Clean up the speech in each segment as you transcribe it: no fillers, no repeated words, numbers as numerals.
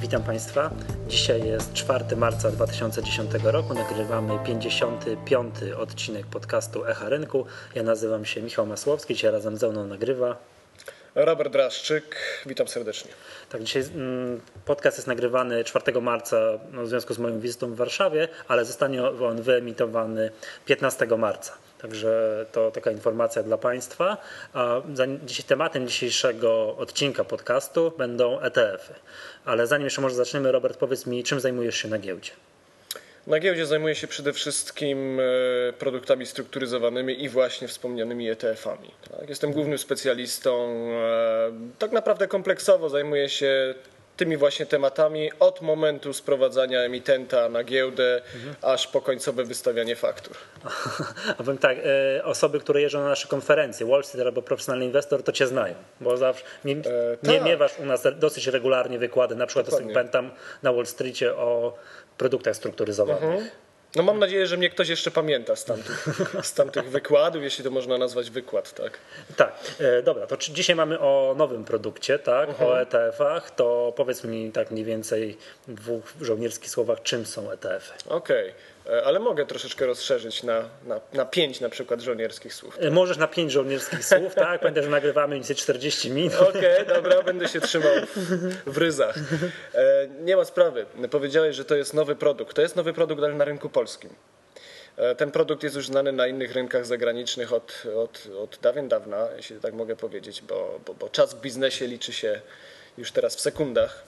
Witam Państwa. Dzisiaj jest 4 marca 2010 roku. Nagrywamy 55. odcinek podcastu Echa Rynku. Ja nazywam się Michał Masłowski, dzisiaj razem ze mną nagrywa Robert Draszczyk, witam serdecznie. Tak, dzisiaj podcast jest nagrywany 4 marca w związku z moją wizytą w Warszawie, ale zostanie on wyemitowany 15 marca. Także to taka informacja dla Państwa. A tematem dzisiejszego odcinka podcastu będą ETF-y. Ale zanim jeszcze może zaczniemy, Robert, powiedz mi, czym zajmujesz się na giełdzie? Na giełdzie zajmuję się przede wszystkim produktami strukturyzowanymi i właśnie wspomnianymi ETF-ami. Tak? Jestem głównym specjalistą, tak naprawdę kompleksowo zajmuję się tymi właśnie tematami od momentu sprowadzania emitenta na giełdę, aż po końcowe wystawianie faktur. A powiem tak, osoby, które jeżdżą na nasze konferencje, Wall Street albo Profesjonalny Inwestor, to Cię znają, bo zawsze miewasz u nas dosyć regularnie wykłady, na przykład pamiętam na Wall Streetie o produktach strukturyzowanych. No mam nadzieję, że mnie ktoś jeszcze pamięta z tamtych wykładów, jeśli to można nazwać wykład, tak? Tak, dobra, to dzisiaj mamy o nowym produkcie, tak, o ETF-ach, to powiedz mi tak mniej więcej w dwóch żołnierskich słowach, czym są ETF-y. Okej, ale mogę troszeczkę rozszerzyć na 5 na przykład żołnierskich słów. Tak? Możesz na 5 żołnierskich słów, tak, pamiętaj, że nagrywamy mniej więcej 40 minut. Okej, dobra, będę się trzymał w ryzach. Nie ma sprawy, powiedziałeś, że to jest nowy produkt. To jest nowy produkt, ale na rynku polskim. Ten produkt jest już znany na innych rynkach zagranicznych od dawien dawna, jeśli tak mogę powiedzieć, bo czas w biznesie liczy się już teraz w sekundach.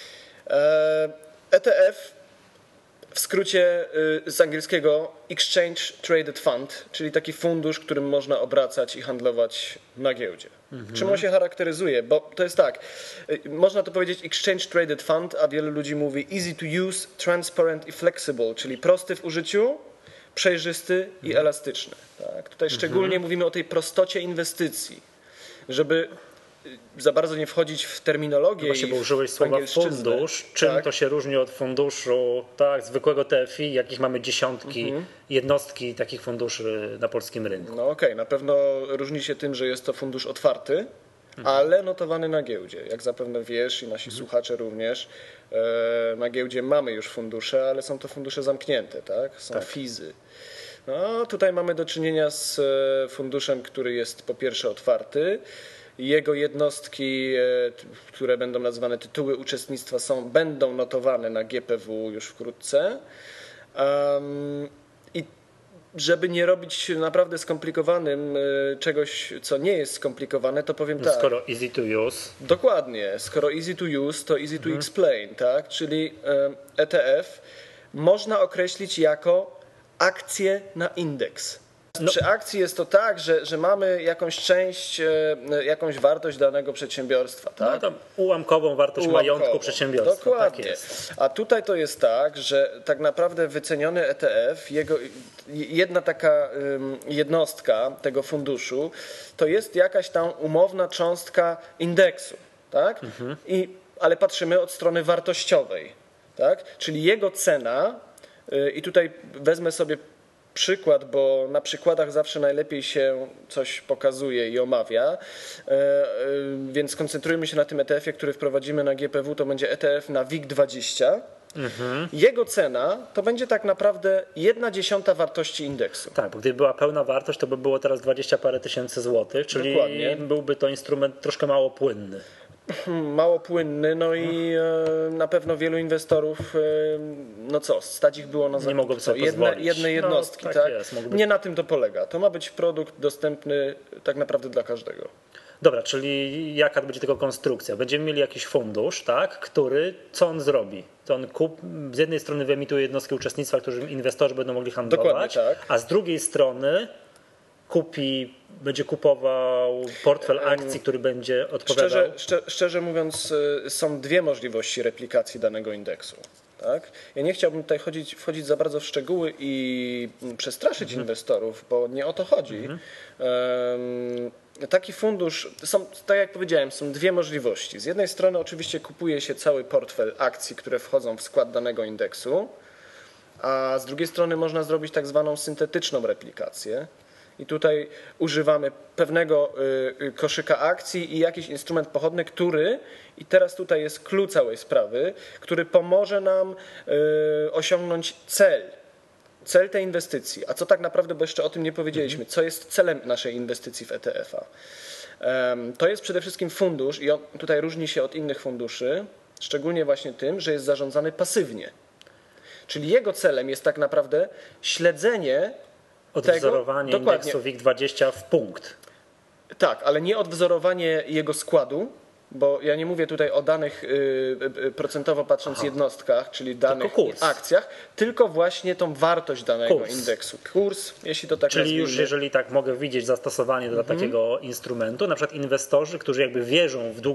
ETF w skrócie z angielskiego Exchange Traded Fund, czyli taki fundusz, którym można obracać i handlować na giełdzie. Czym on się charakteryzuje? Bo to jest tak, można to powiedzieć Exchange Traded Fund, a wielu ludzi mówi easy to use, transparent i flexible, czyli prosty w użyciu, przejrzysty i elastyczny. Tak? Tutaj szczególnie mówimy o tej prostocie inwestycji, żeby za bardzo nie wchodzić w terminologię. Właśnie, bo użyłeś słowa fundusz. Czym to się różni od funduszu zwykłego TFI, jakich mamy dziesiątki, jednostki takich funduszy na polskim rynku? No okej, na pewno różni się tym, że jest to fundusz otwarty, ale notowany na giełdzie. Jak zapewne wiesz i nasi słuchacze również, na giełdzie mamy już fundusze, ale są to fundusze zamknięte, tak? Są FIZ-y. No, tutaj mamy do czynienia z funduszem, który jest po pierwsze otwarty. Jego jednostki, które będą nazywane tytuły uczestnictwa, będą notowane na GPW już wkrótce. I żeby nie robić naprawdę skomplikowanym czegoś, co nie jest skomplikowane, to powiem tak. Skoro easy to use. Dokładnie. Skoro easy to use, to easy to explain, tak? Czyli ETF można określić jako akcję na indeks. Przy akcji jest to tak, że mamy jakąś część, jakąś wartość danego przedsiębiorstwa. Tak? No tam ułamkową wartość majątku przedsiębiorstwa. Dokładnie. Tak jest. A tutaj to jest tak, że tak naprawdę wyceniony ETF, jedna taka jednostka tego funduszu, to jest jakaś tam umowna cząstka indeksu. Tak? Ale patrzymy od strony wartościowej. Tak? Czyli jego cena, i tutaj wezmę sobie przykład, bo na przykładach zawsze najlepiej się coś pokazuje i omawia, więc skoncentrujmy się na tym ETF-ie, który wprowadzimy na GPW, to będzie ETF na WIG20. Jego cena to będzie tak naprawdę 1/10 wartości indeksu. Tak, bo gdyby była pełna wartość, to by było teraz 20 parę tysięcy złotych, czyli dokładnie. Byłby to instrument troszkę mało płynny. Mało płynny, no i na pewno wielu inwestorów, stać ich było na zakup. Nie mogą sobie pozwolić. Jedne jednostki, tak? Jest, nie na tym to polega. To ma być produkt dostępny tak naprawdę dla każdego. Dobra, czyli jaka będzie tego konstrukcja? Będziemy mieli jakiś fundusz, tak, który, co on zrobi? To on z jednej strony wyemituje jednostki uczestnictwa, którym inwestorzy będą mogli handlować, tak. A z drugiej strony będzie kupował portfel akcji, który będzie odpowiadał. Szczerze mówiąc, są dwie możliwości replikacji danego indeksu. Tak? Ja nie chciałbym tutaj wchodzić za bardzo w szczegóły i przestraszyć inwestorów, bo nie o to chodzi. Taki fundusz, tak jak powiedziałem, są dwie możliwości. Z jednej strony oczywiście kupuje się cały portfel akcji, które wchodzą w skład danego indeksu, a z drugiej strony można zrobić tak zwaną syntetyczną replikację. I tutaj używamy pewnego koszyka akcji i jakiś instrument pochodny, który, i teraz tutaj jest klucz całej sprawy, który pomoże nam osiągnąć cel tej inwestycji. A co tak naprawdę, bo jeszcze o tym nie powiedzieliśmy, co jest celem naszej inwestycji w ETF-a? To jest przede wszystkim fundusz i on tutaj różni się od innych funduszy, szczególnie właśnie tym, że jest zarządzany pasywnie. Czyli jego celem jest tak naprawdę śledzenie odwzorowanie indeksu WIG20 w punkt. Tak, ale nie odwzorowanie jego składu, bo ja nie mówię tutaj o danych procentowo patrząc jednostkach, czyli danych akcjach, tylko właśnie tą wartość danego indeksu. Kurs, jeśli to tak czyli nazwijmy. już jeżeli tak mogę widzieć zastosowanie dla takiego instrumentu, na przykład inwestorzy, którzy jakby wierzą w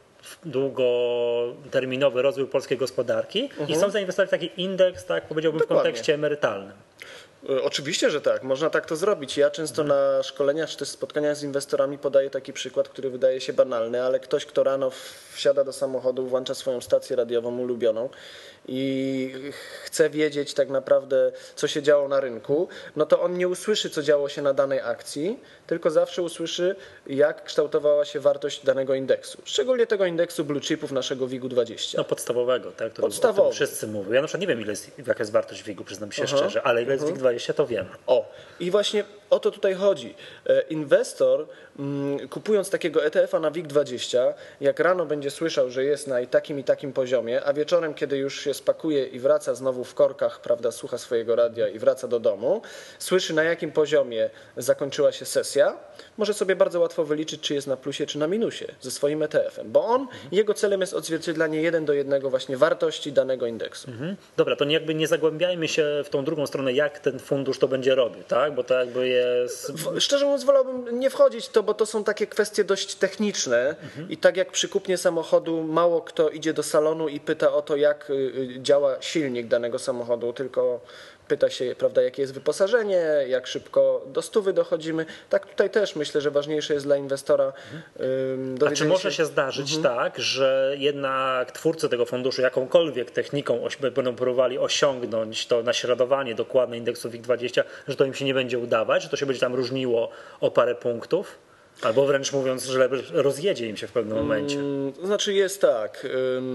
długoterminowy rozwój polskiej gospodarki i chcą zainwestować w taki indeks, tak powiedziałbym, w kontekście emerytalnym. Oczywiście, że tak. Można tak to zrobić. Ja często na szkoleniach czy też spotkaniach z inwestorami podaję taki przykład, który wydaje się banalny, ale ktoś, kto rano wsiada do samochodu, włącza swoją stację radiową ulubioną i chce wiedzieć tak naprawdę, co się działo na rynku, no to on nie usłyszy, co działo się na danej akcji, tylko zawsze usłyszy, jak kształtowała się wartość danego indeksu. Szczególnie tego indeksu blue chipów naszego WIG-20. No podstawowego, tak? Podstawowy. Wszyscy mówią. Ja na przykład nie wiem, jaka jest wartość WIG-u, przyznam się szczerze, ale ile jest WIG-20, to wiem. I właśnie o to tutaj chodzi. Inwestor kupując takiego ETF-a na WIG-20, jak rano będzie słyszał, że jest na takim i takim poziomie, a wieczorem, kiedy już się spakuje i wraca znowu w korkach, prawda, słucha swojego radia i wraca do domu, słyszy, na jakim poziomie zakończyła się sesja, może sobie bardzo łatwo wyliczyć, czy jest na plusie, czy na minusie ze swoim ETF-em, bo jego celem jest odzwierciedlanie 1:1 właśnie wartości danego indeksu. Dobra, to jakby nie zagłębiajmy się w tą drugą stronę, jak ten fundusz to będzie robił, tak? Bo to jakby jest... Szczerze mówiąc, wolałbym nie wchodzić w to, bo to są takie kwestie dość techniczne i tak jak przy kupnie samochodu mało kto idzie do salonu i pyta o to, jak działa silnik danego samochodu, tylko pyta się, prawda, jakie jest wyposażenie, jak szybko do 100 dochodzimy. Tak tutaj też myślę, że ważniejsze jest dla inwestora A czy może się zdarzyć tak, że jednak twórcy tego funduszu jakąkolwiek techniką będą próbowali osiągnąć to naśladowanie dokładne indeksu WIG-20, że to im się nie będzie udawać, że to się będzie tam różniło o parę punktów? Albo wręcz mówiąc, że rozjedzie im się w pewnym momencie. Znaczy jest tak.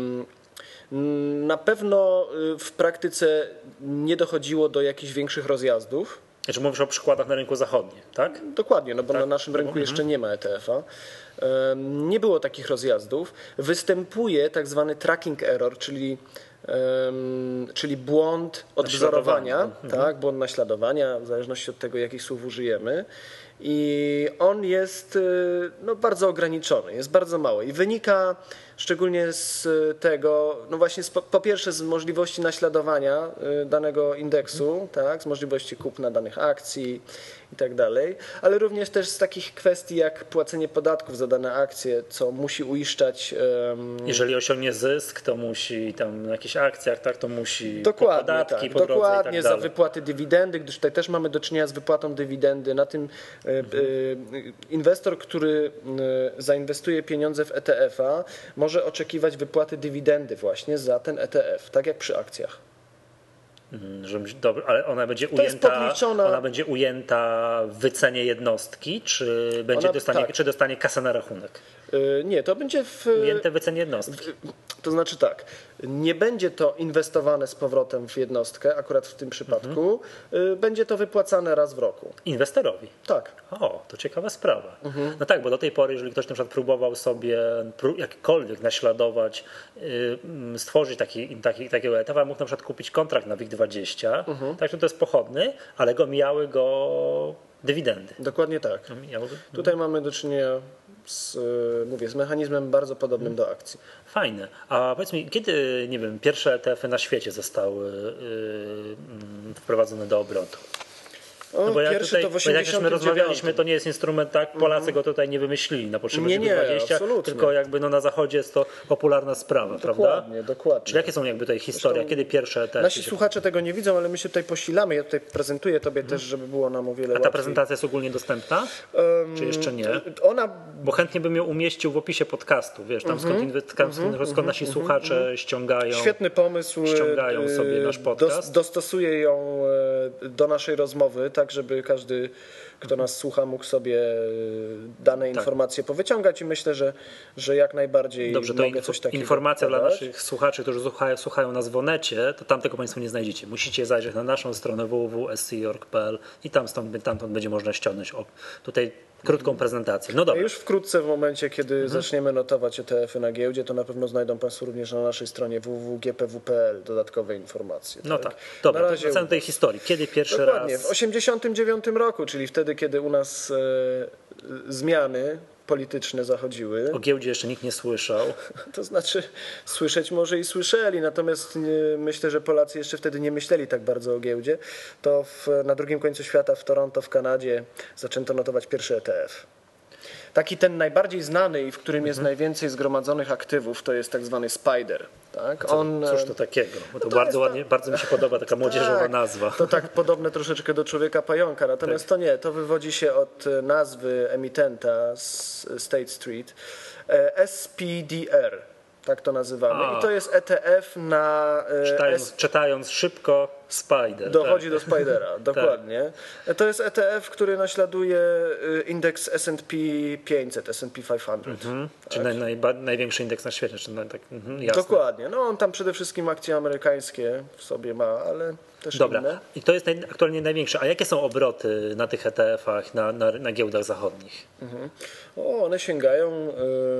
Na pewno w praktyce nie dochodziło do jakichś większych rozjazdów. Znaczy mówisz o przykładach na rynku zachodnim, tak? Dokładnie, no bo na naszym rynku jeszcze nie ma ETF-a. Nie było takich rozjazdów. Występuje tak zwany tracking error, czyli błąd odwzorowania, tak, błąd naśladowania, w zależności od tego, jakich słów użyjemy. I on jest bardzo ograniczony, jest bardzo mały i wynika szczególnie z tego, no właśnie po pierwsze z możliwości naśladowania danego indeksu, tak, z możliwości kupna danych akcji i tak dalej, ale również też z takich kwestii jak płacenie podatków za dane akcje, co musi uiszczać. Jeżeli osiągnie zysk, to musi tam na jakichś akcjach, tak, to musi podatki po drodze dokładnie i tak za wypłaty dywidendy, gdyż tutaj też mamy do czynienia z wypłatą dywidendy. Na tym inwestor, który zainwestuje pieniądze w ETF-a, może oczekiwać wypłaty dywidendy właśnie za ten ETF, tak jak przy akcjach. Ale ona będzie ujęta w wycenie jednostki, czy dostanie kasę na rachunek? Nie, to będzie ujęte w wycenie jednostki. To znaczy tak, nie będzie to inwestowane z powrotem w jednostkę, akurat w tym przypadku, będzie to wypłacane raz w roku. Inwestorowi? Tak. O, to ciekawa sprawa. No tak, bo do tej pory, jeżeli ktoś na przykład próbował sobie jakkolwiek naśladować, stworzyć takiego ETF-a, mógł na przykład kupić kontrakt na WIG-20, tak, to jest pochodny, ale mijały go dywidendy. Dokładnie tak. Tutaj mamy do czynienia z mechanizmem bardzo podobnym do akcji. Fajne. A powiedz mi, kiedy, nie wiem, pierwsze ETF-y na świecie zostały wprowadzone do obrotu? No bo jak żeśmy rozmawialiśmy, to nie jest instrument, tak, Polacy go tutaj nie wymyślili na potrzeby WIG-20, tylko jakby na zachodzie jest to popularna sprawa, prawda? Dokładnie. Czy jakie są jakby tutaj historie, kiedy pierwsze ETF-y? Nasi słuchacze tego nie widzą, ale my się tutaj posilamy, ja tutaj prezentuję tobie też, żeby było nam o wiele łatwiej. A ta prezentacja jest ogólnie dostępna? Czy jeszcze nie? Bo chętnie bym ją umieścił w opisie podcastu, wiesz, tam skąd nasi słuchacze ściągają. Świetny pomysł. Ściągają sobie nasz podcast. Dostosuję ją do naszej rozmowy, tak żeby każdy kto nas słucha, mógł sobie dane informacje powyciągać i myślę, że jak najbardziej dobrze, to mogę coś takiego informacja podać. dla naszych słuchaczy, którzy słuchają nas w Onecie, to tam tego Państwo nie znajdziecie. Musicie zajrzeć na naszą stronę www.scorg.pl i tamtąd będzie można ściągnąć tutaj krótką prezentację. No dobra. A już wkrótce, w momencie, kiedy zaczniemy notować ETF-y na giełdzie, to na pewno znajdą Państwo również na naszej stronie www.gpw.pl dodatkowe informacje. No tak. Dobra, to wracamy do tej historii. Kiedy pierwszy Dokładnie, raz... w 1989 roku, czyli wtedy, kiedy u nas zmiany polityczne zachodziły. O giełdzie jeszcze nikt nie słyszał. To znaczy, słyszeć może i słyszeli, natomiast myślę, że Polacy jeszcze wtedy nie myśleli tak bardzo o giełdzie. To na drugim końcu świata, w Toronto, w Kanadzie, zaczęto notować pierwszy ETF. Taki ten najbardziej znany i w którym jest najwięcej zgromadzonych aktywów, to jest tak zwany Spider. Tak? Cóż to takiego? Bo to bardzo ładnie, bardzo mi się podoba taka młodzieżowa nazwa. To tak podobne troszeczkę do Człowieka Pająka, natomiast to nie, to wywodzi się od nazwy emitenta z State Street, SPDR, tak to nazywamy. I to jest ETF na... Czytając szybko, Spider. Dochodzi do Spidera, dokładnie. To jest ETF, który naśladuje indeks S&P 500, S&P 500. Tak? Czyli największy indeks na świecie. Jasne. Dokładnie. No on tam przede wszystkim akcje amerykańskie w sobie ma, ale też inne. I to jest aktualnie największe. A jakie są obroty na tych ETF-ach, na giełdach zachodnich? One sięgają...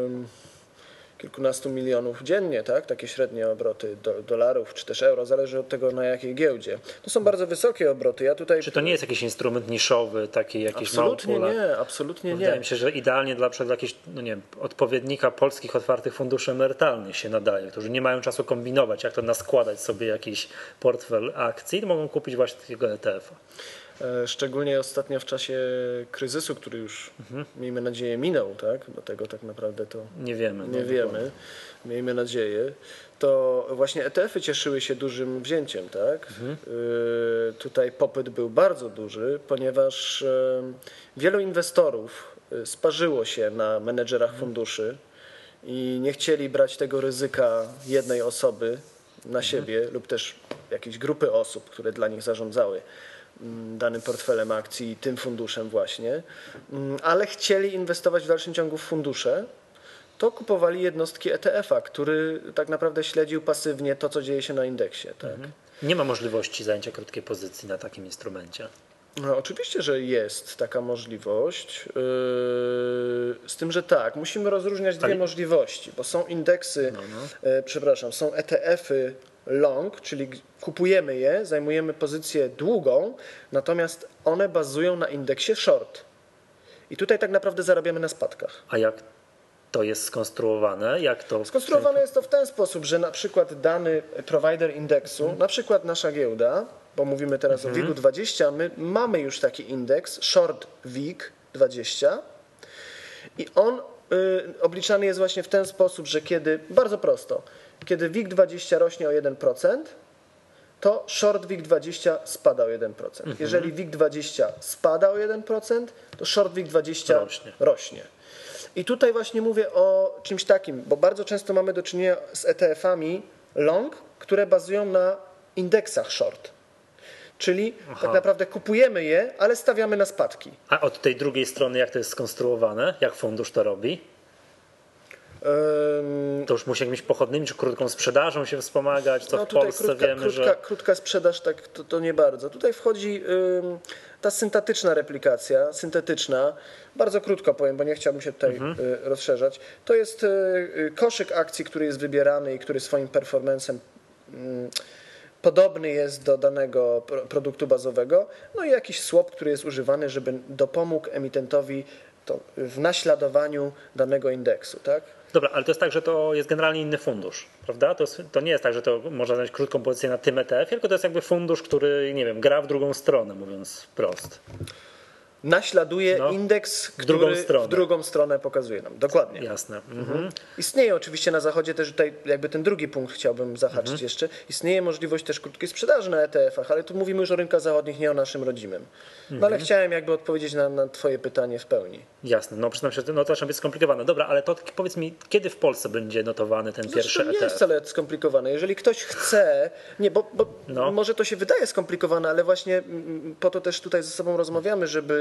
kilkunastu milionów dziennie, tak? Takie średnie obroty dolarów czy też euro, zależy od tego, na jakiej giełdzie. To są bardzo wysokie obroty. Czy to nie jest jakiś instrument niszowy, taki jakiś absolutnie nie, absolutnie nie. Wydaje mi się, że idealnie dla jakiegoś odpowiednika polskich otwartych funduszy emerytalnych się nadaje, którzy nie mają czasu kombinować, jak to naskładać sobie jakiś portfel akcji, to mogą kupić właśnie takiego ETF-a. Szczególnie ostatnio w czasie kryzysu, który już miejmy nadzieję minął, tak? Bo tego tak naprawdę to nie wiemy. Miejmy nadzieję. To właśnie ETF-y cieszyły się dużym wzięciem, tak? Tutaj popyt był bardzo duży, ponieważ wielu inwestorów sparzyło się na menedżerach funduszy i nie chcieli brać tego ryzyka jednej osoby na siebie lub też jakiejś grupy osób, które dla nich zarządzały danym portfelem akcji, tym funduszem właśnie, ale chcieli inwestować w dalszym ciągu w fundusze, to kupowali jednostki ETF-a, który tak naprawdę śledził pasywnie to, co dzieje się na indeksie. Tak? Nie ma możliwości zajęcia krótkiej pozycji na takim instrumencie. No, oczywiście, że jest taka możliwość, z tym, że tak, musimy rozróżniać dwie możliwości, bo są indeksy, są ETF-y long, czyli kupujemy je, zajmujemy pozycję długą, natomiast one bazują na indeksie short. I tutaj tak naprawdę zarabiamy na spadkach. A jak to jest skonstruowane? Skonstruowane jest to w ten sposób, że na przykład dany provider indeksu, na przykład nasza giełda, bo mówimy teraz o WIG-20, my mamy już taki indeks, short WIG-20 i on obliczany jest właśnie w ten sposób, że bardzo prosto, kiedy WIG-20 rośnie o 1%, to short WIG-20 spada o 1%. Jeżeli WIG-20 spada o 1%, to short WIG-20 rośnie. I tutaj właśnie mówię o czymś takim, bo bardzo często mamy do czynienia z ETF-ami long, które bazują na indeksach short. Czyli tak naprawdę kupujemy je, ale stawiamy na spadki. A od tej drugiej strony jak to jest skonstruowane? Jak fundusz to robi? To już musi jakimiś pochodnymi czy krótką sprzedażą się wspomagać, co w Polsce wiemy, że... Krótka sprzedaż tak, to nie bardzo. Tutaj wchodzi ta syntetyczna replikacja, bardzo krótko powiem, bo nie chciałbym się tutaj rozszerzać. To jest koszyk akcji, który jest wybierany i który swoim performancem podobny jest do danego produktu bazowego, no i jakiś swap, który jest używany, żeby dopomógł emitentowi w naśladowaniu danego indeksu, tak? Dobra, ale to jest tak, że to jest generalnie inny fundusz, prawda? To nie jest tak, że to można znaleźć krótką pozycję na tym ETF, tylko to jest jakby fundusz, który, nie wiem, gra w drugą stronę, mówiąc wprost. Naśladuje indeks, który w drugą stronę pokazuje nam. Dokładnie. Jasne. Istnieje oczywiście na zachodzie też tutaj jakby ten drugi punkt chciałbym zahaczyć jeszcze. Istnieje możliwość też krótkiej sprzedaży na ETF-ach, ale tu mówimy już o rynkach zachodnich, nie o naszym rodzimym. No ale chciałem jakby odpowiedzieć na twoje pytanie w pełni. Jasne, no przyznam się, to zaczyna być skomplikowane. Dobra, ale to powiedz mi, kiedy w Polsce będzie notowany ten pierwszy ETF? To nie jest wcale skomplikowane. Jeżeli ktoś chce, może to się wydaje skomplikowane, ale właśnie po to też tutaj ze sobą rozmawiamy, żeby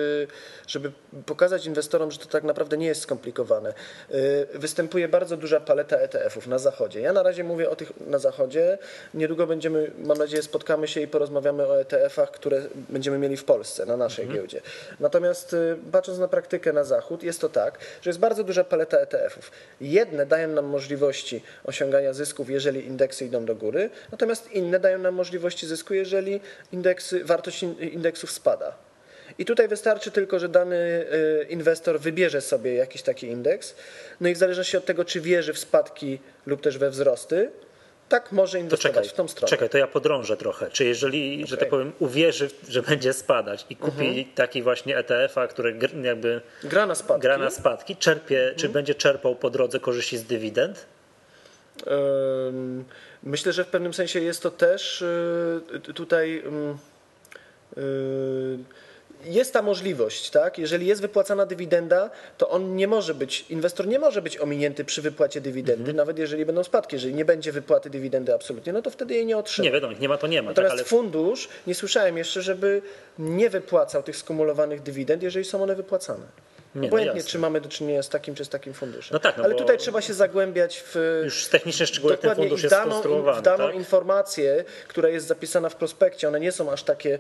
żeby pokazać inwestorom, że to tak naprawdę nie jest skomplikowane. Występuje bardzo duża paleta ETF-ów na zachodzie. Ja na razie mówię o tych na zachodzie. Niedługo będziemy, mam nadzieję, spotkamy się i porozmawiamy o ETF-ach, które będziemy mieli w Polsce, na naszej giełdzie. Natomiast patrząc na praktykę na zachód, jest to tak, że jest bardzo duża paleta ETF-ów. Jedne dają nam możliwości osiągania zysków, jeżeli indeksy idą do góry, natomiast inne dają nam możliwości zysku, jeżeli wartość indeksów spada. I tutaj wystarczy tylko, że dany inwestor wybierze sobie jakiś taki indeks, no i w zależności od tego, czy wierzy w spadki lub też we wzrosty, tak może inwestować w tą stronę. Czekaj, to ja podrążę trochę. Czy jeżeli, że tak powiem, uwierzy, że będzie spadać i kupi taki właśnie ETF-a, który jakby gra na spadki, czy będzie czerpał po drodze korzyści z dywidend? Myślę, że w pewnym sensie jest to też tutaj jest ta możliwość, tak? Jeżeli jest wypłacana dywidenda, to inwestor nie może być ominięty przy wypłacie dywidendy, nawet jeżeli będą spadki. Jeżeli nie będzie wypłaty dywidendy absolutnie, no to wtedy jej nie otrzyma. Nie wiadomo, nie ma to nie ma. Natomiast tak, ale fundusz, nie słyszałem jeszcze, żeby nie wypłacał tych skumulowanych dywidend, jeżeli są one wypłacane. Obojętnie, czy mamy do czynienia z takim, czy z takim funduszem. No tak, ale tutaj trzeba się zagłębiać w już techniczne szczegóły, ten fundusz jest skonstruowany. W daną informację, która jest zapisana w prospekcie, one nie są aż takie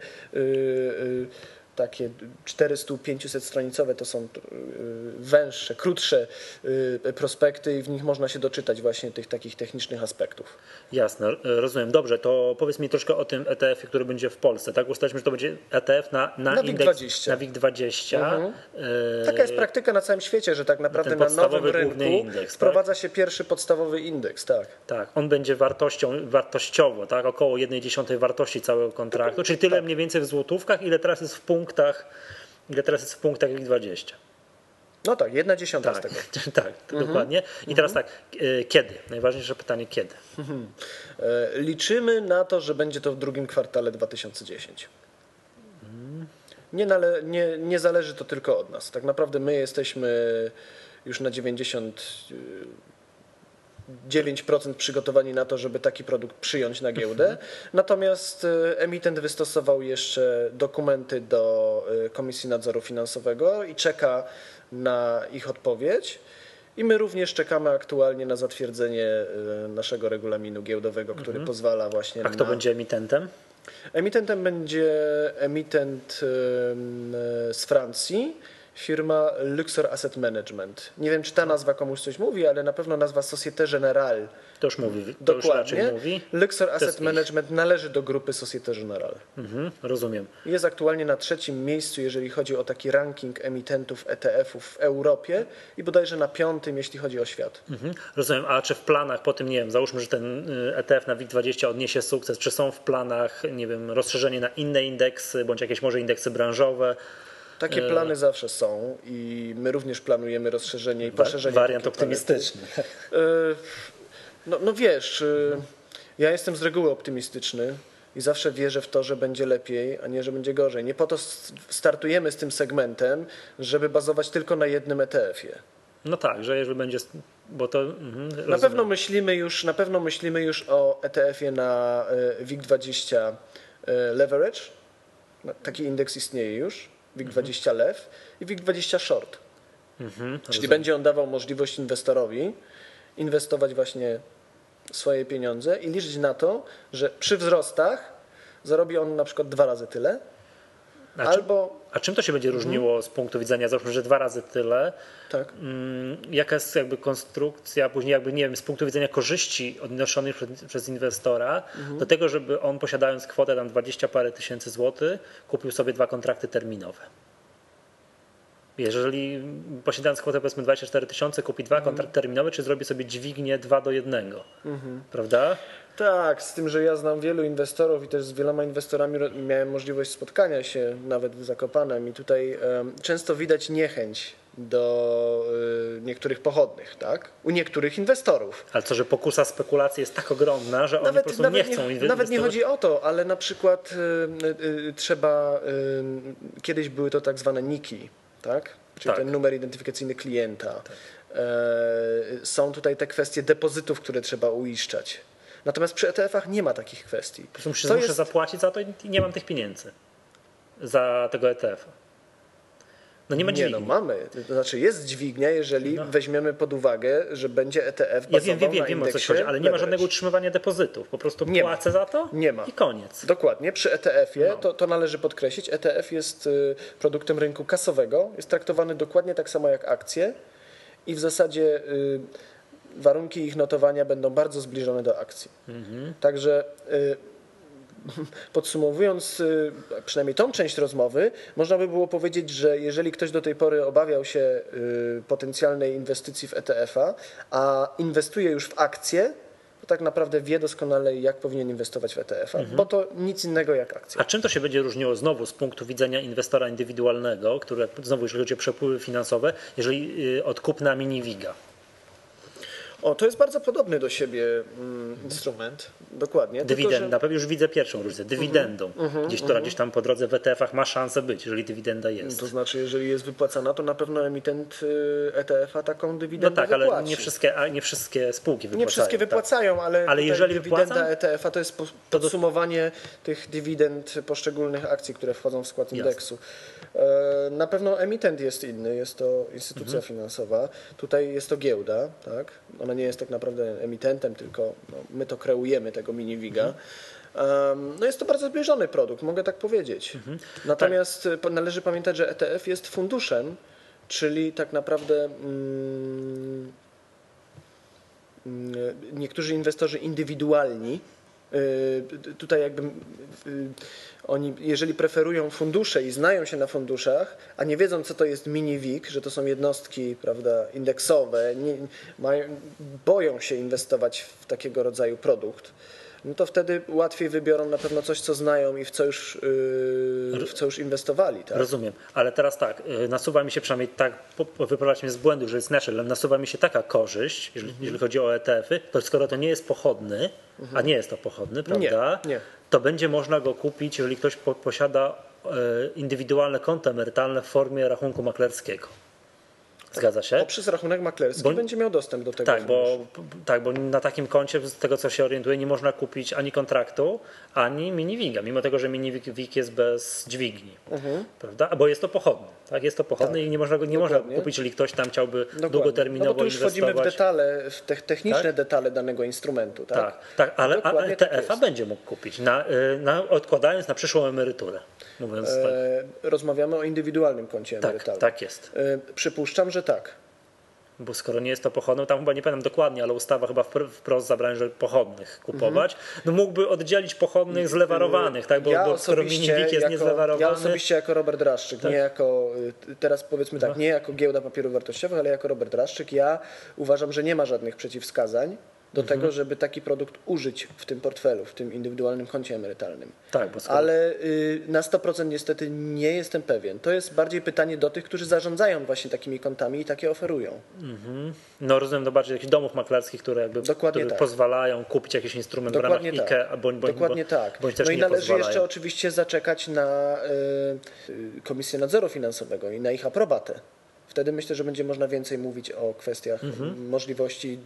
400-500 stronicowe, to są węższe, krótsze prospekty i w nich można się doczytać właśnie tych takich technicznych aspektów. Jasne, rozumiem. Dobrze, to powiedz mi troszkę o tym ETF-ie, który będzie w Polsce. Tak, ustaliliśmy, że to będzie ETF na indeks WIG20. Na WIG20. Taka jest praktyka na całym świecie, że tak naprawdę na nowym rynku indeks, wprowadza się pierwszy podstawowy indeks. Tak, on będzie wartościowo, tak, około 1/10 wartości całego kontraktu, czyli tyle mniej więcej w złotówkach, ile teraz jest w punktach WIG20. No tak, 1/10 z tego. Tak, dokładnie. I teraz tak, kiedy? Najważniejsze pytanie, kiedy? Liczymy na to, że będzie to w drugim kwartale 2010. Nie zależy to tylko od nas. Tak naprawdę my jesteśmy już na 99% przygotowani na to, żeby taki produkt przyjąć na giełdę. Natomiast emitent wystosował jeszcze dokumenty do Komisji Nadzoru Finansowego i czeka na ich odpowiedź. I my również czekamy aktualnie na zatwierdzenie naszego regulaminu giełdowego, który pozwala właśnie na... A kto będzie emitentem? Emitentem będzie emitent z Francji, firma Luxor Asset Management. Nie wiem, czy ta nazwa komuś coś mówi, ale na pewno nazwa Société Générale. To już mówi. Dokładnie. Już mówi. Luxor Asset Management należy do grupy Société Générale. Rozumiem. Jest aktualnie na 3. miejscu, jeżeli chodzi o taki ranking emitentów ETF-ów w Europie i bodajże na 5., jeśli chodzi o świat. Rozumiem. A czy w planach po tym, nie wiem, załóżmy, że ten ETF na WIG20 odniesie sukces, czy są w planach, nie wiem, rozszerzenie na inne indeksy, bądź jakieś może indeksy branżowe? Takie plany zawsze są i my również planujemy rozszerzenie i poszerzenie. Wariant optymistyczny. No wiesz, ja jestem z reguły optymistyczny i zawsze wierzę w to, że będzie lepiej, a nie, że będzie gorzej. Nie po to startujemy z tym segmentem, żeby bazować tylko na jednym ETF-ie. No tak, że jeżeli będzie, bo to... Na pewno myślimy już o ETF-ie na WIG20 Leverage. Taki indeks istnieje już. WIG20 Lev i WIG20 Short. Czyli będzie on dawał możliwość inwestorowi inwestować właśnie swoje pieniądze i liczyć na to, że przy wzrostach zarobi on na przykład 2 razy tyle. A czym to się będzie różniło z punktu widzenia, załóżmy, że 2 razy tyle? Tak. Jaka jest jakby konstrukcja, później jakby, nie wiem, z punktu widzenia korzyści odnoszonych przez inwestora do tego, żeby on, posiadając kwotę tam 20 parę tysięcy złotych, kupił sobie 2 kontrakty terminowe. Jeżeli posiadając kwotę powiedzmy 24 tysiące kupi 2 kontrakty terminowe, czy zrobi sobie dźwignię 2:1, prawda? Tak, z tym, że ja znam wielu inwestorów i też z wieloma inwestorami miałem możliwość spotkania się nawet w Zakopanem i tutaj często widać niechęć do niektórych pochodnych, tak? U niektórych inwestorów. Ale co, że pokusa spekulacji jest tak ogromna, że oni po prostu nie chcą inwestować? Nawet nie chodzi o to, ale na przykład trzeba, kiedyś były to tak zwane NIKI, tak? Czyli ten numer identyfikacyjny klienta. Tak. Są tutaj te kwestie depozytów, które trzeba uiszczać. Natomiast przy ETF-ach nie ma takich kwestii. Po prostu muszę zapłacić za to i nie mam tych pieniędzy za tego ETF-a. No nie ma dźwigni. Nie, no mamy. To znaczy jest dźwignia, jeżeli weźmiemy pod uwagę, że będzie ETF bazował na wiem o co indeksie chodzi, ale nie ma leverage. żadnego utrzymywania depozytów. Po prostu Nie płacę za to Nie ma. i koniec. Dokładnie. Przy ETF-ie, to należy podkreślić, ETF jest produktem rynku kasowego, jest traktowany dokładnie tak samo jak akcje i w zasadzie warunki ich notowania będą bardzo zbliżone do akcji. Także podsumowując przynajmniej tą część rozmowy, można by było powiedzieć, że jeżeli ktoś do tej pory obawiał się potencjalnej inwestycji w ETF-a, a inwestuje już w akcje, to tak naprawdę wie doskonale, jak powinien inwestować w ETF-a, bo to nic innego jak akcje. A czym to się będzie różniło znowu z punktu widzenia inwestora indywidualnego, które znowu, jeżeli chodzi o przepływy finansowe, jeżeli od kupna mini-WIG-a? To jest bardzo podobny do siebie instrument, dokładnie. Dywidenda, pewnie już widzę pierwszą różnicę, dywidendą, która gdzieś tam po drodze w ETF-ach ma szansę być, jeżeli dywidenda jest. To znaczy, jeżeli jest wypłacana, to na pewno emitent ETF-a taką dywidendę No tak, wypłaci. ale nie wszystkie spółki wypłacają. Nie wszystkie wypłacają, ale jeżeli dywidenda wypłacam, ETF-a to jest podsumowanie tych dywidend poszczególnych akcji, które wchodzą w skład indeksu. Na pewno emitent jest inny, jest to instytucja finansowa. Tutaj jest to giełda, tak? Ona nie jest tak naprawdę emitentem, tylko my to kreujemy, tego mini-WIG-a. No jest to bardzo zbliżony produkt, mogę tak powiedzieć. Natomiast należy pamiętać, że ETF jest funduszem, czyli tak naprawdę niektórzy inwestorzy indywidualni, tutaj jakby oni, jeżeli preferują fundusze i znają się na funduszach, a nie wiedzą, co to jest mini-WIG, że to są jednostki, prawda, indeksowe, boją się inwestować w takiego rodzaju produkt, no to wtedy łatwiej wybiorą na pewno coś, co znają i w co już inwestowali. Tak? Rozumiem, ale teraz tak, nasuwa mi się przynajmniej tak, wyprowadź mnie z błędu, że jest nasze, ale nasuwa mi się taka korzyść, jeżeli chodzi o ETF-y, to skoro to nie jest pochodny, a nie jest to pochodny, prawda? Nie. To będzie można go kupić, jeżeli ktoś posiada indywidualne konto emerytalne w formie rachunku maklerskiego. Zgadza się? Poprzez rachunek maklerski będzie miał dostęp do tego. Bo na takim koncie, z tego co się orientuję, nie można kupić ani kontraktu, ani mini-WIG-a, mimo tego, że mini-WIG jest bez dźwigni. Prawda? Bo jest to pochodny. Tak? Jest to pochodny i nie można kupić, jeżeli ktoś tam chciałby długoterminowo bo tu już inwestować. wchodzimy w detale, w techniczne detale danego instrumentu. Tak, ale ETF-a będzie mógł kupić, odkładając na przyszłą emeryturę. Mówiąc tak. Rozmawiamy o indywidualnym koncie emerytalnym. Tak jest. Przypuszczam, że tak. Bo skoro nie jest to pochodną, tam chyba nie pamiętam dokładnie, ale ustawa chyba wprost zabrania, żeby pochodnych kupować. No mógłby oddzielić pochodnych z lewarowanych, tak? Bo skoro mini-WIG jest niezlewarowany. Ja osobiście jako Robert Raszczyk, nie jako, teraz powiedzmy tak, nie jako giełda papierów wartościowych, ale jako Robert Raszczyk, ja uważam, że nie ma żadnych przeciwwskazań do tego, żeby taki produkt użyć w tym portfelu, w tym indywidualnym koncie emerytalnym. Tak, ale na 100% niestety nie jestem pewien. To jest bardziej pytanie do tych, którzy zarządzają właśnie takimi kontami i takie oferują. No rozumiem, do bardziej jakichś domów maklerskich, które pozwalają kupić jakiś instrument w ramach IKE, bądź też no nie i należy pozwalają. jeszcze oczywiście zaczekać na Komisję Nadzoru Finansowego i na ich aprobatę. Wtedy myślę, że będzie można więcej mówić o kwestiach możliwości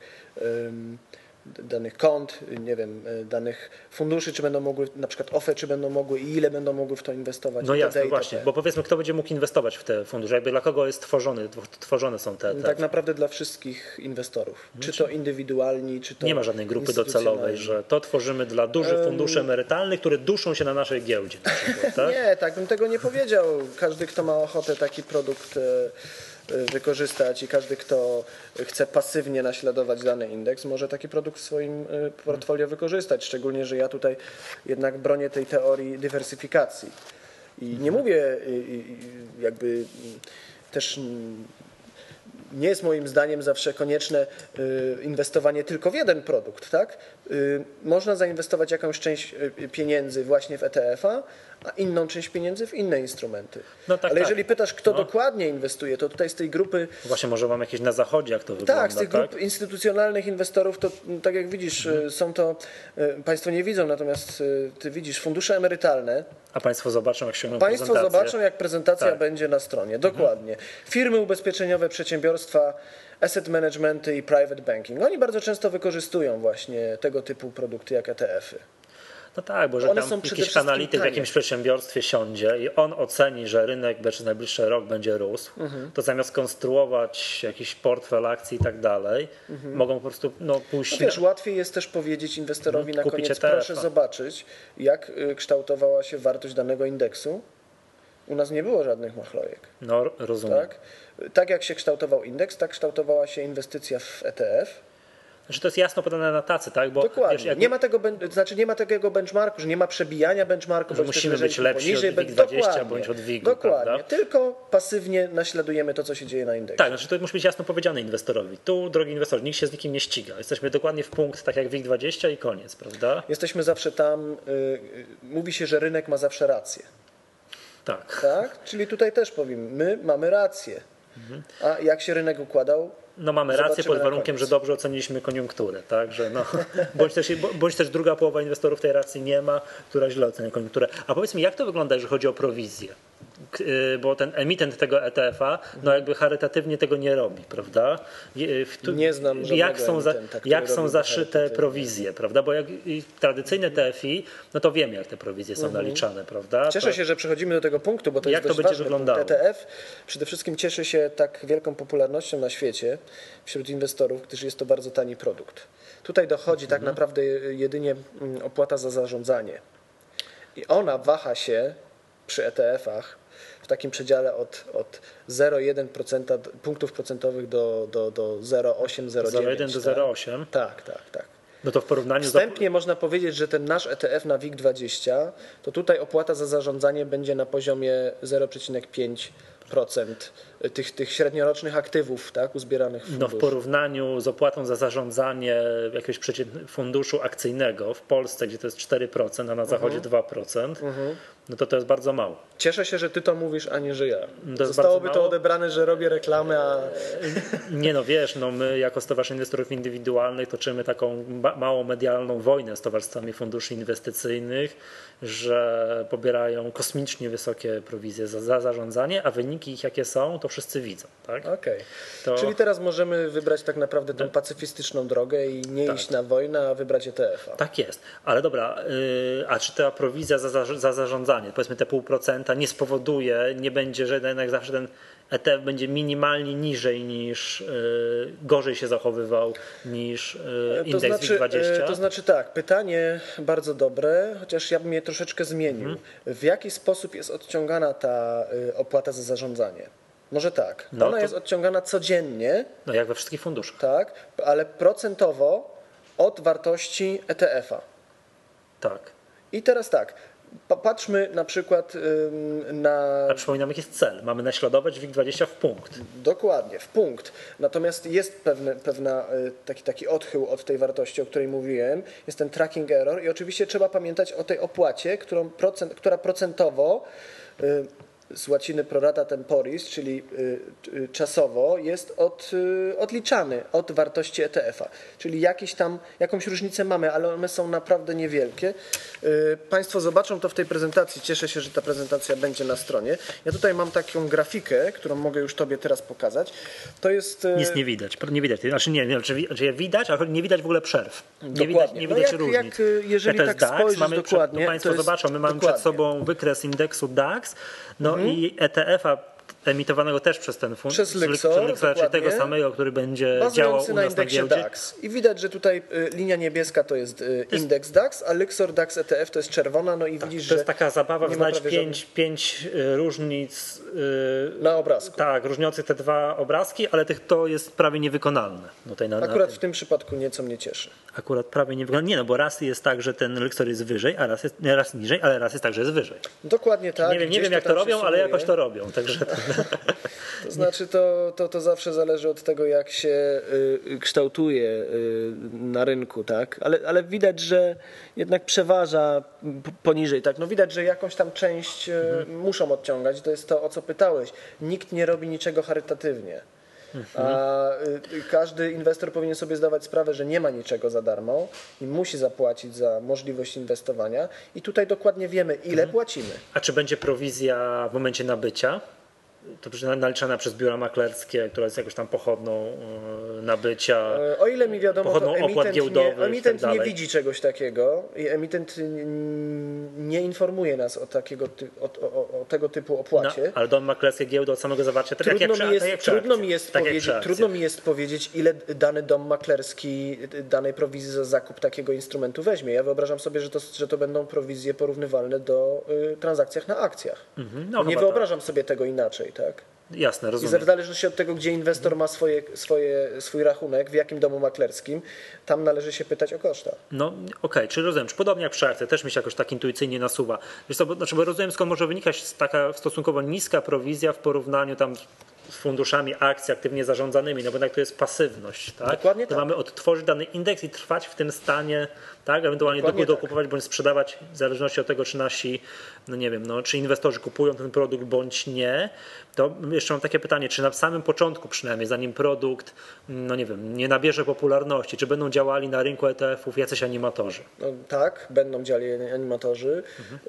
danych kont, nie wiem, danych funduszy, czy będą mogły, na przykład OFE, czy będą mogły i ile będą mogły w to inwestować. No jasne, właśnie, bo powiedzmy, kto będzie mógł inwestować w te fundusze, jakby dla kogo jest tworzone są te ETF? Tak naprawdę dla wszystkich inwestorów, czy to indywidualni, czy to nie ma żadnej grupy docelowej, że to tworzymy dla dużych funduszy emerytalnych, które duszą się na naszej giełdzie. Na przykład, tak? Nie, tak bym tego nie powiedział. Każdy, kto ma ochotę taki produkt wykorzystać i każdy, kto chce pasywnie naśladować dany indeks, może taki produkt w swoim portfolio wykorzystać. Szczególnie, że ja tutaj jednak bronię tej teorii dywersyfikacji. I nie mówię jakby też nie jest moim zdaniem zawsze konieczne inwestowanie tylko w jeden produkt, tak? Można zainwestować jakąś część pieniędzy właśnie w ETF-a, a inną część pieniędzy w inne instrumenty. Ale jeżeli pytasz, kto dokładnie inwestuje, to tutaj z tej grupy... Właśnie może mam jakieś na zachodzie, jak to wygląda. Tak, z tych grup instytucjonalnych inwestorów, to tak jak widzisz, są to, państwo nie widzą, natomiast ty widzisz fundusze emerytalne. A państwo zobaczą, jak się Państwo zobaczą, jak prezentacja będzie na stronie. Dokładnie. Firmy ubezpieczeniowe, przedsiębiorstwa, asset managementy i private banking. Oni bardzo często wykorzystują właśnie tego typu produkty jak ETF-y. No tak, bo że One tam są przede jakiś wszystkim analityk w tanie. jakimś przedsiębiorstwie siądzie i on oceni, że rynek przez najbliższy rok będzie rósł, to zamiast konstruować jakiś portfel akcji i tak dalej, mogą po prostu pójść... No wiesz, łatwiej jest też powiedzieć inwestorowi na kupić koniec, ETF-a. proszę zobaczyć, jak kształtowała się wartość danego indeksu. U nas nie było żadnych machlojek. No, rozumiem. Tak jak się kształtował indeks, tak kształtowała się inwestycja w ETF. Znaczy to jest jasno podane na tacy, tak? Bo Dokładnie. wiesz, Nie ma takiego benchmarku, że nie ma przebijania benchmarku. Że musimy być lepsi od WIG20 bądź od WIG-u. Dokładnie. Prawda? Tylko pasywnie naśladujemy to, co się dzieje na indeksie. Tak, znaczy to musi być jasno powiedziane inwestorowi. Tu, drogi inwestor, nikt się z nikim nie ściga. Jesteśmy dokładnie w punkt, tak jak WIG20 i koniec, prawda? Jesteśmy zawsze tam, mówi się, że rynek ma zawsze rację. Tak? Czyli tutaj też powiem, my mamy rację. A jak się rynek układał? No mamy rację pod warunkiem, że dobrze oceniliśmy koniunkturę, tak? Że bądź też druga połowa inwestorów tej racji nie ma, która źle ocenia koniunkturę. A powiedz mi, jak to wygląda, jeżeli chodzi o prowizję? Bo ten emitent tego ETF-a, jakby charytatywnie tego nie robi, prawda? Nie znam jak są zaszyte prowizje, prawda? Bo jak tradycyjne TFI, no to wiemy, jak te prowizje są naliczane, prawda? Cieszę się, że przechodzimy do tego punktu, bo to jest dość ważny punkt. ETF przede wszystkim cieszy się tak wielką popularnością na świecie wśród inwestorów, gdyż jest to bardzo tani produkt. Tutaj dochodzi tak naprawdę jedynie opłata za zarządzanie. I ona waha się przy ETF-ach w takim przedziale od 0,1% punktów procentowych do 0,8, 0,9. 0,1 do 0,8? Tak. No to w porównaniu Wstępnie można powiedzieć, że ten nasz ETF na WIG20, to tutaj opłata za zarządzanie będzie na poziomie 0,5% tych średniorocznych aktywów, tak, uzbieranych w funduszu. W porównaniu z opłatą za zarządzanie jakiegoś funduszu akcyjnego w Polsce, gdzie to jest 4%, a na zachodzie 2%, no to jest bardzo mało. Cieszę się, że ty to mówisz, a nie że ja. Zostałoby to odebrane, że robię reklamę, a... Nie wiesz, my jako Stowarzyszenie Inwestorów Indywidualnych toczymy taką małą medialną wojnę z towarzystwami funduszy inwestycyjnych, że pobierają kosmicznie wysokie prowizje za zarządzanie, a wyniki ich jakie są, to wszyscy widzą. Tak? Okej. Czyli teraz możemy wybrać tak naprawdę tą pacyfistyczną drogę i nie iść na wojnę, a wybrać ETF-a. Tak jest. Ale dobra, a czy ta prowizja za zarządzanie, powiedzmy te 0,5%, nie spowoduje, nie będzie, że jednak zawsze ten ETF będzie minimalnie niżej niż, gorzej się zachowywał niż indeks WIG20? To znaczy tak, pytanie bardzo dobre, chociaż ja bym je troszeczkę zmienił. W jaki sposób jest odciągana ta opłata za zarządzanie? Może tak. Ona jest odciągana codziennie. No jak we wszystkich funduszach. Tak, ale procentowo od wartości ETF-a. Tak. I teraz tak. Patrzmy na przykład na... A przypominam, jaki jest cel. Mamy naśladować WIG20 w punkt. Dokładnie, w punkt. Natomiast jest pewna taki odchył od tej wartości, o której mówiłem. Jest ten tracking error i oczywiście trzeba pamiętać o tej opłacie, która procentowo z łaciny pro rata temporis, czyli czasowo, jest odliczany od wartości ETF-a. Czyli jakąś różnicę mamy, ale one są naprawdę niewielkie. Państwo zobaczą to w tej prezentacji. Cieszę się, że ta prezentacja będzie na stronie. Ja tutaj mam taką grafikę, którą mogę już Tobie teraz pokazać. To jest... Nic nie widać. Znaczy widać, ale nie widać w ogóle przerw. Nie widać różnic. Jeżeli tak spojrzysz dokładnie... Państwo zobaczą, my mamy przed sobą wykres indeksu DAX, i ETF-a emitowanego też przez ten fundusz, przez Lyxor, czyli tego samego, który będzie działał u nas na giełdzie. DAX. I widać, że tutaj linia niebieska to jest indeks DAX, a Lyxor DAX ETF to jest czerwona, i widzisz, że... To jest taka zabawa znaleźć 5 różnic na obrazku. Tak, różniących te dwa obrazki, ale to jest prawie niewykonalne. Akurat w tym przypadku nieco mnie cieszy. Akurat prawie niewykonalne. Nie, bo raz jest tak, że ten Lyxor jest wyżej, a raz niżej, ale raz jest tak, że jest wyżej. Dokładnie tak. Nie wiem jak to robią, ale jakoś to robią. Także To znaczy to zawsze zależy od tego, jak się kształtuje na rynku, tak? Ale widać, że jednak przeważa poniżej, tak? Widać, że jakąś tam część muszą odciągać. To jest to, o co pytałeś. Nikt nie robi niczego charytatywnie. A każdy inwestor powinien sobie zdawać sprawę, że nie ma niczego za darmo i musi zapłacić za możliwość inwestowania i tutaj dokładnie wiemy, ile płacimy. A czy będzie prowizja w momencie nabycia? to naliczana przez biura maklerskie, która jest jakoś tam pochodną nabycia, o ile mi wiadomo, pochodną to opłat giełdowych emitent i tak nie dalej. widzi czegoś takiego i emitent nie informuje nas o tego typu opłacie. Ale dom maklerski, giełdy od samego zawarcia, tak Trudno mi jest powiedzieć, ile dany dom maklerski danej prowizji za zakup takiego instrumentu weźmie. Ja wyobrażam sobie, że to będą prowizje porównywalne do transakcjach na akcjach. Nie wyobrażam sobie tego inaczej, tak? Jasne, rozumiem. I w zależności od tego, gdzie inwestor ma swój rachunek, w jakim domu maklerskim, tam należy się pytać o koszta. No okej, czyli rozumiem, czy podobnie jak przy akcji, też mi się jakoś tak intuicyjnie nasuwa. Wiesz co, bo rozumiem, skąd może wynikać taka stosunkowo niska prowizja w porównaniu tam z funduszami akcji aktywnie zarządzanymi, no bo jednak to jest pasywność, tak? Dokładnie to tak. mamy odtworzyć dany indeks i trwać w tym stanie, tak? Ewentualnie dokupować bądź sprzedawać w zależności od tego, czy nasi, no nie wiem, no, czy inwestorzy kupują ten produkt bądź nie. To jeszcze mam takie pytanie, czy na samym początku przynajmniej, zanim produkt, no nie wiem, nie nabierze popularności, czy będą działali na rynku ETF-ów jacyś animatorzy? No, tak, będą działali animatorzy.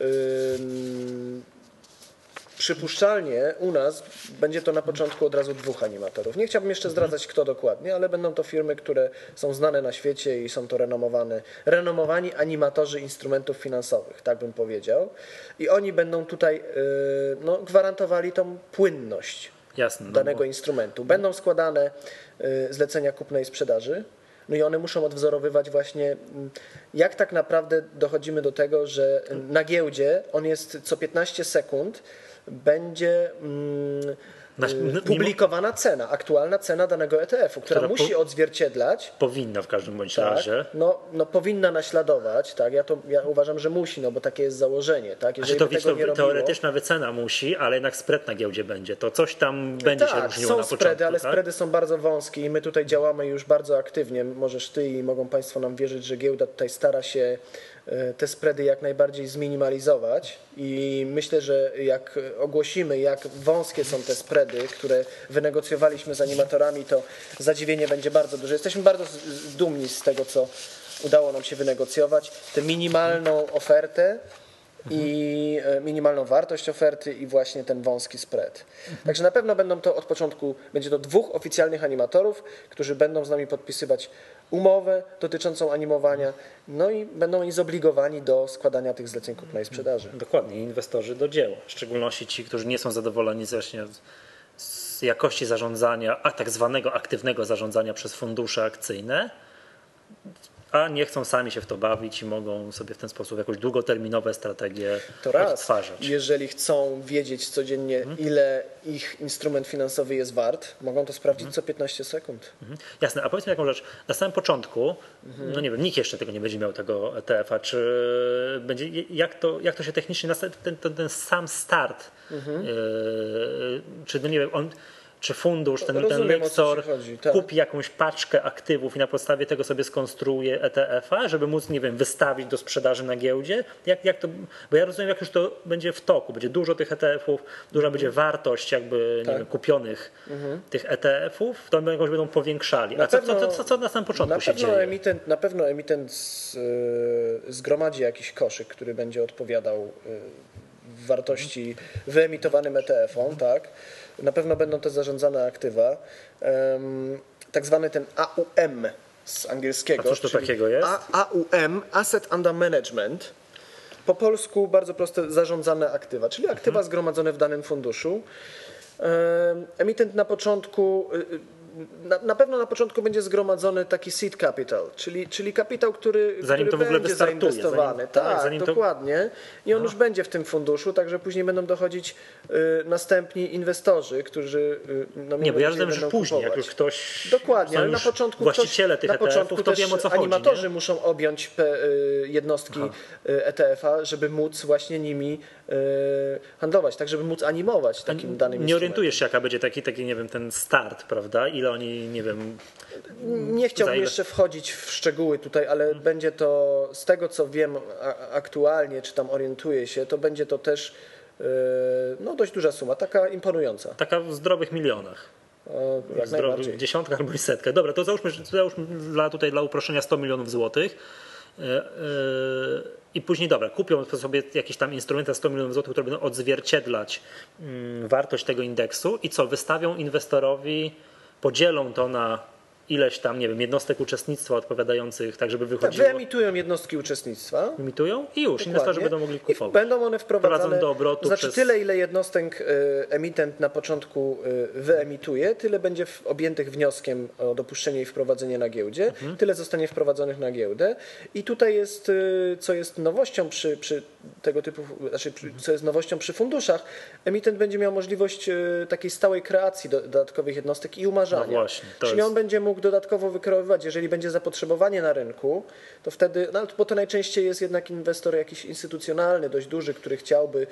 Przypuszczalnie u nas będzie to na początku od razu 2 animatorów. Nie chciałbym jeszcze zdradzać, kto dokładnie, ale będą to firmy, które są znane na świecie i są to renomowani animatorzy instrumentów finansowych, tak bym powiedział. I oni będą tutaj gwarantowali tą płynność danego instrumentu. Będą składane zlecenia kupna i sprzedaży. No i one muszą odwzorowywać właśnie, jak tak naprawdę dochodzimy do tego, że na giełdzie on jest co 15 sekund, będzie publikowana cena, aktualna cena danego ETF-u, która musi odzwierciedlać. Powinna w każdym bądź tak, razie. No powinna naśladować, tak, ja uważam, że musi, no bo takie jest założenie, tak. Jeżeli to tego nie robiło, teoretyczna wycena musi, ale jednak spread na giełdzie będzie. To coś tam będzie się różniło na początku. Są spready, ale spready są bardzo wąskie i my tutaj działamy już bardzo aktywnie. Możesz ty i mogą Państwo nam wierzyć, że giełda tutaj stara się te spready jak najbardziej zminimalizować i myślę, że jak ogłosimy, jak wąskie są te spready, które wynegocjowaliśmy z animatorami, to zadziwienie będzie bardzo duże. Jesteśmy bardzo dumni z tego, co udało nam się wynegocjować. Tę minimalną ofertę i minimalną wartość oferty i właśnie ten wąski spread. Także na pewno będą to od początku, będzie to 2 oficjalnych animatorów, którzy będą z nami podpisywać umowę dotyczącą animowania, no i będą oni zobligowani do składania tych zleceń kupna i sprzedaży. Dokładnie, inwestorzy do dzieła, w szczególności ci, którzy nie są zadowoleni właśnie z jakości zarządzania, a tak zwanego aktywnego zarządzania przez fundusze akcyjne, a nie chcą sami się w to bawić i mogą sobie w ten sposób jakąś długoterminowe strategie odtwarzać. Jeżeli chcą wiedzieć codziennie, ile ich instrument finansowy jest wart, mogą to sprawdzić co 15 sekund. Jasne, a powiedz mi taką rzecz, na samym początku, no nie wiem, nikt jeszcze tego nie będzie miał, tego ETF-a, czy będzie, jak to się technicznie, ten sam start, czy no nie wiem, czy fundusz, ten Lyxor kupi jakąś paczkę aktywów i na podstawie tego sobie skonstruuje ETF-a, żeby móc, nie wiem, wystawić do sprzedaży na giełdzie? Jak to, bo ja rozumiem, jak już to będzie w toku, będzie dużo tych ETF-ów, duża będzie wartość jakby nie wiem, kupionych tych ETF-ów, to jakoś będą powiększali. A co na samym początku się dzieje? Na pewno emitent zgromadzi jakiś koszyk, który będzie odpowiadał wartości wyemitowanym ETF-om, tak? Na pewno będą to zarządzane aktywa. Tak zwany ten AUM z angielskiego. A cóż to takiego jest? AUM, Asset Under Management. Po polsku bardzo proste, zarządzane aktywa, czyli aktywa zgromadzone w danym funduszu. Emitent na początku, na pewno na początku będzie zgromadzony taki seed capital, czyli kapitał, który będzie zainwestowany. Tak, dokładnie. I on już będzie w tym funduszu, także później będą dochodzić następni inwestorzy, którzy nie, bo ja rozumiem, że później, jak już ktoś... Dokładnie, ale na początku właściciele tych ETF-ów, to wiem, o co chodzi. Animatorzy muszą objąć jednostki ETF-a, żeby móc właśnie nimi handlować, tak żeby móc animować takim danym Nie orientujesz się, jaka będzie taki, nie wiem, ten start, prawda? Ile oni, nie wiem... Nie chciałbym jeszcze wchodzić w szczegóły tutaj, ale będzie to, z tego co wiem aktualnie, czy tam orientuję się, to będzie to też dość duża suma, taka imponująca. Taka w zdrowych milionach. W dziesiątkach albo setkach. Dobra, to załóżmy dla uproszczenia 100 milionów złotych. I później, dobra, kupią sobie jakieś tam instrumenty za 100 milionów złotych, które będą odzwierciedlać wartość tego indeksu i co, wystawią inwestorowi, podzielą to na ileś tam, nie wiem, jednostek uczestnictwa odpowiadających, tak żeby wychodziło. Wyemitują jednostki uczestnictwa. Emitują i już, inwestorzy będą mogli kupować. I będą one wprowadzane do obrotu znaczy tyle, ile jednostek emitent na początku wyemituje, tyle będzie objętych wnioskiem o dopuszczenie i wprowadzenie na giełdzie, tyle zostanie wprowadzonych na giełdę. I tutaj jest, co jest nowością przy tego typu, znaczy co jest nowością przy funduszach, emitent będzie miał możliwość takiej stałej kreacji dodatkowych jednostek i umarzania. No właśnie, Czyli on będzie mógł dodatkowo wykreowywać, jeżeli będzie zapotrzebowanie na rynku, to wtedy, no bo to najczęściej jest jednak inwestor jakiś instytucjonalny, dość duży, który chciałby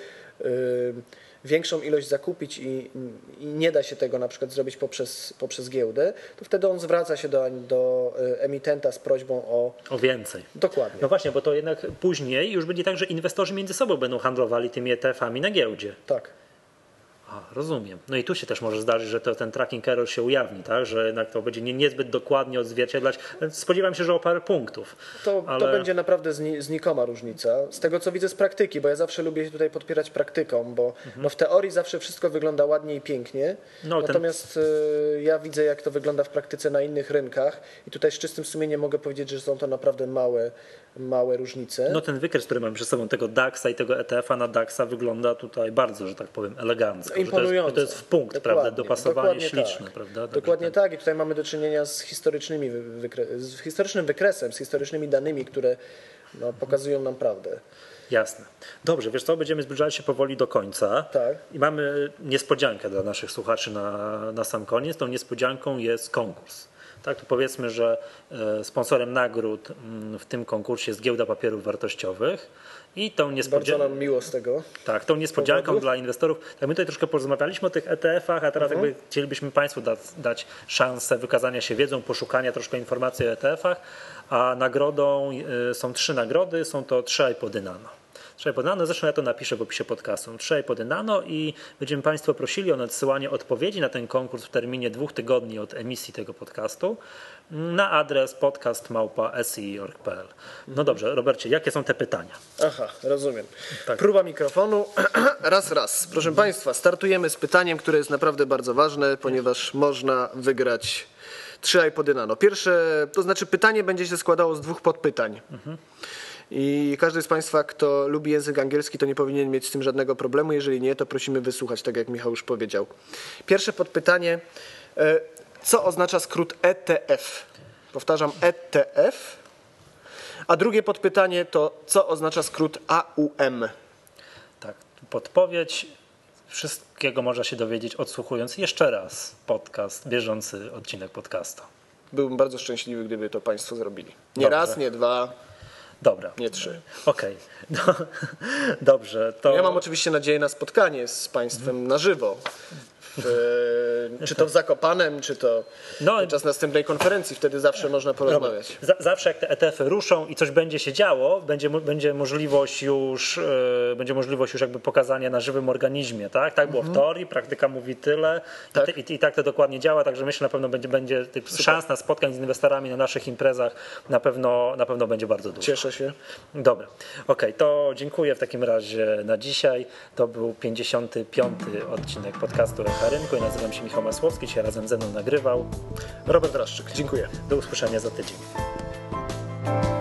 większą ilość zakupić i nie da się tego na przykład zrobić poprzez giełdę, to wtedy on zwraca się do emitenta z prośbą o więcej. Dokładnie. No właśnie, bo to jednak później już będzie tak, że inwestorzy między sobą będą handlowali tymi ETF-ami na giełdzie. Tak. Rozumiem. No i tu się też może zdarzyć, że ten tracking error się ujawni, tak? Że jednak to będzie niezbyt dokładnie odzwierciedlać. Spodziewam się, że o parę punktów. To będzie naprawdę znikoma różnica. Z tego, co widzę z praktyki, bo ja zawsze lubię się tutaj podpierać praktyką, bo w teorii zawsze wszystko wygląda ładnie i pięknie, natomiast ja widzę, jak to wygląda w praktyce na innych rynkach i tutaj z czystym sumieniem mogę powiedzieć, że są to naprawdę małe różnice. No ten wykres, który mamy przed sobą, tego DAX-a i tego ETF-a na DAX-a wygląda tutaj bardzo, że tak powiem, elegancko. Imponująco. To jest w punkt, dokładnie, prawda? Dopasowanie śliczne, tak. prawda? Dokładnie tak. I tutaj mamy do czynienia z historycznym wykresem, z historycznymi danymi, które pokazują nam prawdę. Jasne. Dobrze, wiesz co, będziemy zbliżać się powoli do końca. Tak. I mamy niespodziankę dla naszych słuchaczy na sam koniec. Tą niespodzianką jest konkurs. Tak, to powiedzmy, że sponsorem nagród w tym konkursie jest Giełda Papierów Wartościowych. I tą bardzo nam miło z tego. Tak, tą niespodzianką dla inwestorów. Tak, my tutaj troszkę porozmawialiśmy o tych ETF-ach, a teraz jakby chcielibyśmy Państwu dać szansę wykazania się wiedzą, poszukania troszkę informacji o ETF-ach, a nagrodą są 3 nagrody, są to 3 iPody Nano. 3 iPody Nano, zresztą ja to napiszę w opisie podcastu. 3 iPody Nano i będziemy Państwa prosili o nadsyłanie odpowiedzi na ten konkurs w terminie 2 tygodni od emisji tego podcastu na adres podcast@si.org.pl. No dobrze, Robercie, jakie są te pytania? Aha, rozumiem. Tak. Próba mikrofonu. Raz. Proszę Państwa, startujemy z pytaniem, które jest naprawdę bardzo ważne, ponieważ można wygrać 3 iPody Nano. Pierwsze, to znaczy pytanie będzie się składało z 2 podpytań. I każdy z Państwa, kto lubi język angielski, to nie powinien mieć z tym żadnego problemu. Jeżeli nie, to prosimy wysłuchać, tak jak Michał już powiedział. Pierwsze podpytanie. Co oznacza skrót ETF? Powtarzam, ETF. A drugie podpytanie to, co oznacza skrót AUM? Tak, podpowiedź. Wszystkiego można się dowiedzieć, odsłuchując jeszcze raz podcast, bieżący odcinek podcastu. Byłbym bardzo szczęśliwy, gdyby to Państwo zrobili. Nie Dobrze. Raz, nie 2, Dobra. nie 3. Okej. No, dobrze. To... Ja mam oczywiście nadzieję na spotkanie z Państwem na żywo. Czy to w Zakopanem, czy to podczas następnej konferencji. Wtedy zawsze można porozmawiać. Zawsze jak te ETF-y ruszą i coś będzie się działo, będzie możliwość już jakby pokazania na żywym organizmie. Tak, tak było w teorii, praktyka mówi tyle tak. I tak to dokładnie działa, także myślę, na pewno będzie tych szans na spotkań z inwestorami na naszych imprezach na pewno będzie bardzo dużo. Cieszę się. Dobra, okej, to dziękuję w takim razie na dzisiaj. To był 55. odcinek podcastu Echa Rynku i nazywam się Michał Masłowski, dzisiaj razem ze mną nagrywał Robert Draszczyk. Dziękuję. Do usłyszenia za tydzień.